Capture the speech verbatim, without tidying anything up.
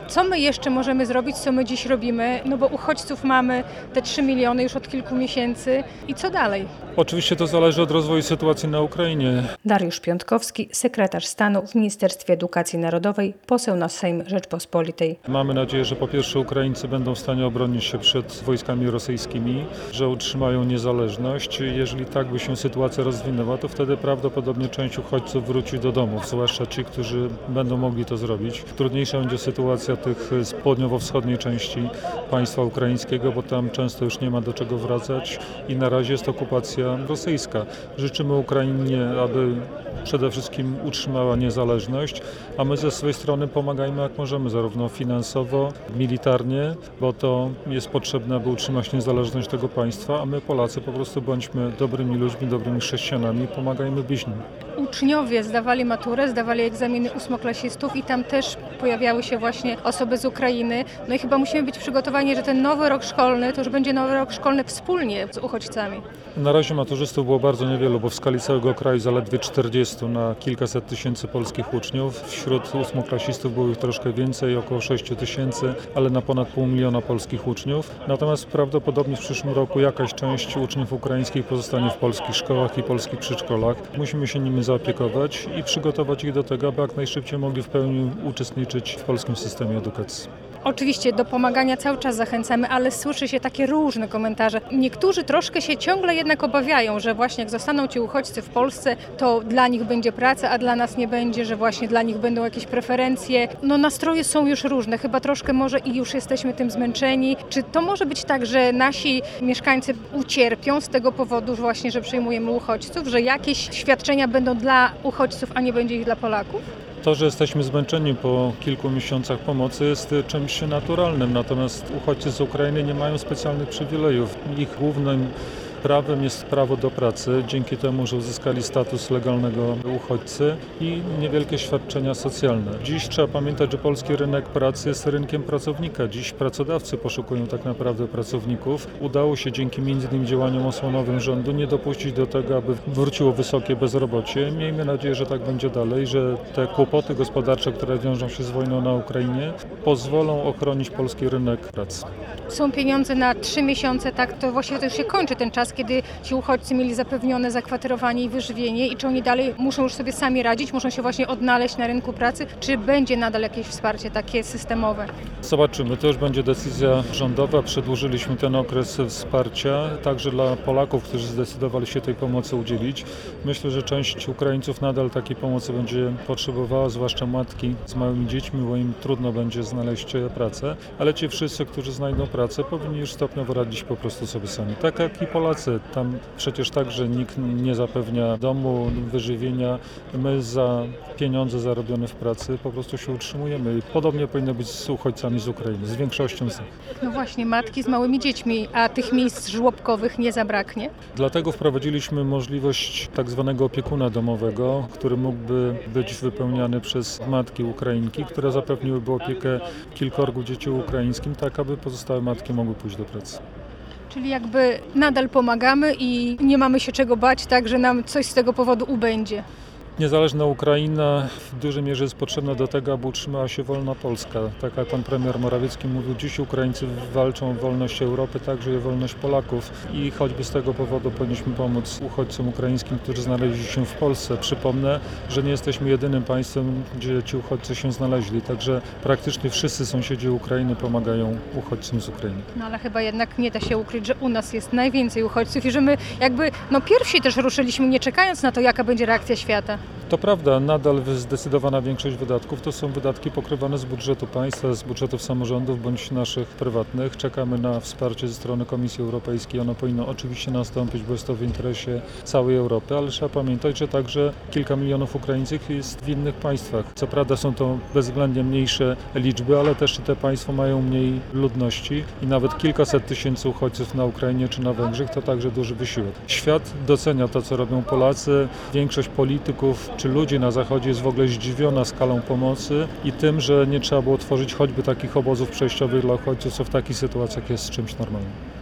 Co my jeszcze możemy zrobić, co my dziś robimy? No bo uchodźców mamy te trzy miliony już od kilku miesięcy i co dalej? Oczywiście to zależy od rozwoju sytuacji na Ukrainie. Dariusz Piątkowski, sekretarz stanu w Ministerstwie Edukacji Narodowej, poseł na Sejm Rzeczpospolitej. Mamy nadzieję, że po pierwsze Ukraińcy będą w stanie obronić się przed wojskami rosyjskimi, że utrzymają niezależność. Jeżeli tak by się sytuacja rozwinęła, to wtedy prawdopodobnie część uchodźców wróci do domów, zwłaszcza ci, którzy będą mogli to zrobić. Trudniejsza będzie sytuacja tych z południowo-wschodniej części państwa ukraińskiego, bo tam często już nie ma do czego wracać i na razie jest okupacja rosyjska. Życzymy Ukrainie, aby przede wszystkim utrzymała niezależność, a my ze swojej strony pomagajmy jak możemy, zarówno finansowo, militarnie, bo to jest potrzebne, aby utrzymać niezależność tego państwa, a my Polacy po prostu bądźmy dobrymi ludźmi, dobrymi chrześcijanami i pomagajmy bliźnim. Uczniowie zdawali maturę, zdawali egzaminy ósmoklasistów i tam też pojawiały się właśnie osoby z Ukrainy. No i chyba musimy być przygotowani, że ten nowy rok szkolny to już będzie nowy rok szkolny wspólnie z uchodźcami. Na razie maturzystów było bardzo niewielu, bo w skali całego kraju zaledwie czterdziestu na kilkaset tysięcy polskich uczniów. Wśród ósmoklasistów było ich troszkę więcej, około sześciu tysięcy, ale na ponad pół miliona polskich uczniów. Natomiast prawdopodobnie w przyszłym roku jakaś część uczniów ukraińskich pozostanie w polskich szkołach i polskich przedszkolach. Musimy się nimi zaopiekować i przygotować ich do tego, aby jak najszybciej mogli w pełni uczestniczyć w polskim systemie edukacji. Oczywiście do pomagania cały czas zachęcamy, ale słyszy się takie różne komentarze. Niektórzy troszkę się ciągle jednak obawiają, że właśnie jak zostaną ci uchodźcy w Polsce, to dla nich będzie praca, a dla nas nie będzie, że właśnie dla nich będą jakieś preferencje. No nastroje są już różne, chyba troszkę może i już jesteśmy tym zmęczeni. Czy to może być tak, że nasi mieszkańcy ucierpią z tego powodu że właśnie, że przyjmujemy uchodźców, że jakieś świadczenia będą dla uchodźców, a nie będzie ich dla Polaków? To, że jesteśmy zmęczeni po kilku miesiącach pomocy jest czymś naturalnym, natomiast uchodźcy z Ukrainy nie mają specjalnych przywilejów. Ich głównym prawem jest prawo do pracy, dzięki temu, że uzyskali status legalnego uchodźcy i niewielkie świadczenia socjalne. Dziś trzeba pamiętać, że polski rynek pracy jest rynkiem pracownika. Dziś pracodawcy poszukują tak naprawdę pracowników. Udało się dzięki między innymi działaniom osłonowym rządu nie dopuścić do tego, aby wróciło wysokie bezrobocie. Miejmy nadzieję, że tak będzie dalej, że te kłopoty gospodarcze, które wiążą się z wojną na Ukrainie, pozwolą ochronić polski rynek pracy. Są pieniądze na trzy miesiące, tak, to właściwie to już się kończy ten czas, kiedy ci uchodźcy mieli zapewnione zakwaterowanie i wyżywienie i czy oni dalej muszą już sobie sami radzić, muszą się właśnie odnaleźć na rynku pracy, czy będzie nadal jakieś wsparcie takie systemowe? Zobaczymy, to już będzie decyzja rządowa. Przedłużyliśmy ten okres wsparcia także dla Polaków, którzy zdecydowali się tej pomocy udzielić. Myślę, że część Ukraińców nadal takiej pomocy będzie potrzebowała, zwłaszcza matki z małymi dziećmi, bo im trudno będzie znaleźć pracę, ale ci wszyscy, którzy znajdą pracę, powinni już stopniowo radzić po prostu sobie sami. Tak jak i Polacy. Tam przecież także nikt nie zapewnia domu, wyżywienia. My za pieniądze zarobione w pracy po prostu się utrzymujemy. I podobnie powinno być z uchodźcami z Ukrainy, z większością z nich. No właśnie, matki z małymi dziećmi, a tych miejsc żłobkowych nie zabraknie? Dlatego wprowadziliśmy możliwość tak zwanego opiekuna domowego, który mógłby być wypełniany przez matki Ukrainki, które zapewniłyby opiekę kilkorgu dzieci ukraińskim, tak aby pozostałe matki mogły pójść do pracy. Czyli jakby nadal pomagamy i nie mamy się czego bać, tak, że nam coś z tego powodu ubędzie. Niezależna Ukraina w dużej mierze jest potrzebna do tego, aby utrzymała się wolna Polska. Tak jak pan premier Morawiecki mówił, dziś Ukraińcy walczą o wolność Europy, także i o wolność Polaków i choćby z tego powodu powinniśmy pomóc uchodźcom ukraińskim, którzy znaleźli się w Polsce. Przypomnę, że nie jesteśmy jedynym państwem, gdzie ci uchodźcy się znaleźli, także praktycznie wszyscy sąsiedzi Ukrainy pomagają uchodźcom z Ukrainy. No ale chyba jednak nie da się ukryć, że u nas jest najwięcej uchodźców i że my jakby no pierwsi też ruszyliśmy, nie czekając na to, jaka będzie reakcja świata. To prawda, nadal zdecydowana większość wydatków to są wydatki pokrywane z budżetu państwa, z budżetów samorządów bądź naszych prywatnych. Czekamy na wsparcie ze strony Komisji Europejskiej. Ono powinno oczywiście nastąpić, bo jest to w interesie całej Europy, ale trzeba pamiętać, że także kilka milionów Ukraińców jest w innych państwach. Co prawda są to bezwzględnie mniejsze liczby, ale też te państwa mają mniej ludności i nawet kilkaset tysięcy uchodźców na Ukrainie czy na Węgrzech to także duży wysiłek. Świat docenia to, co robią Polacy. Większość polityków czy ludzi na Zachodzie jest w ogóle zdziwiona skalą pomocy i tym, że nie trzeba było tworzyć choćby takich obozów przejściowych dla uchodźców, co w takich sytuacjach jest czymś normalnym.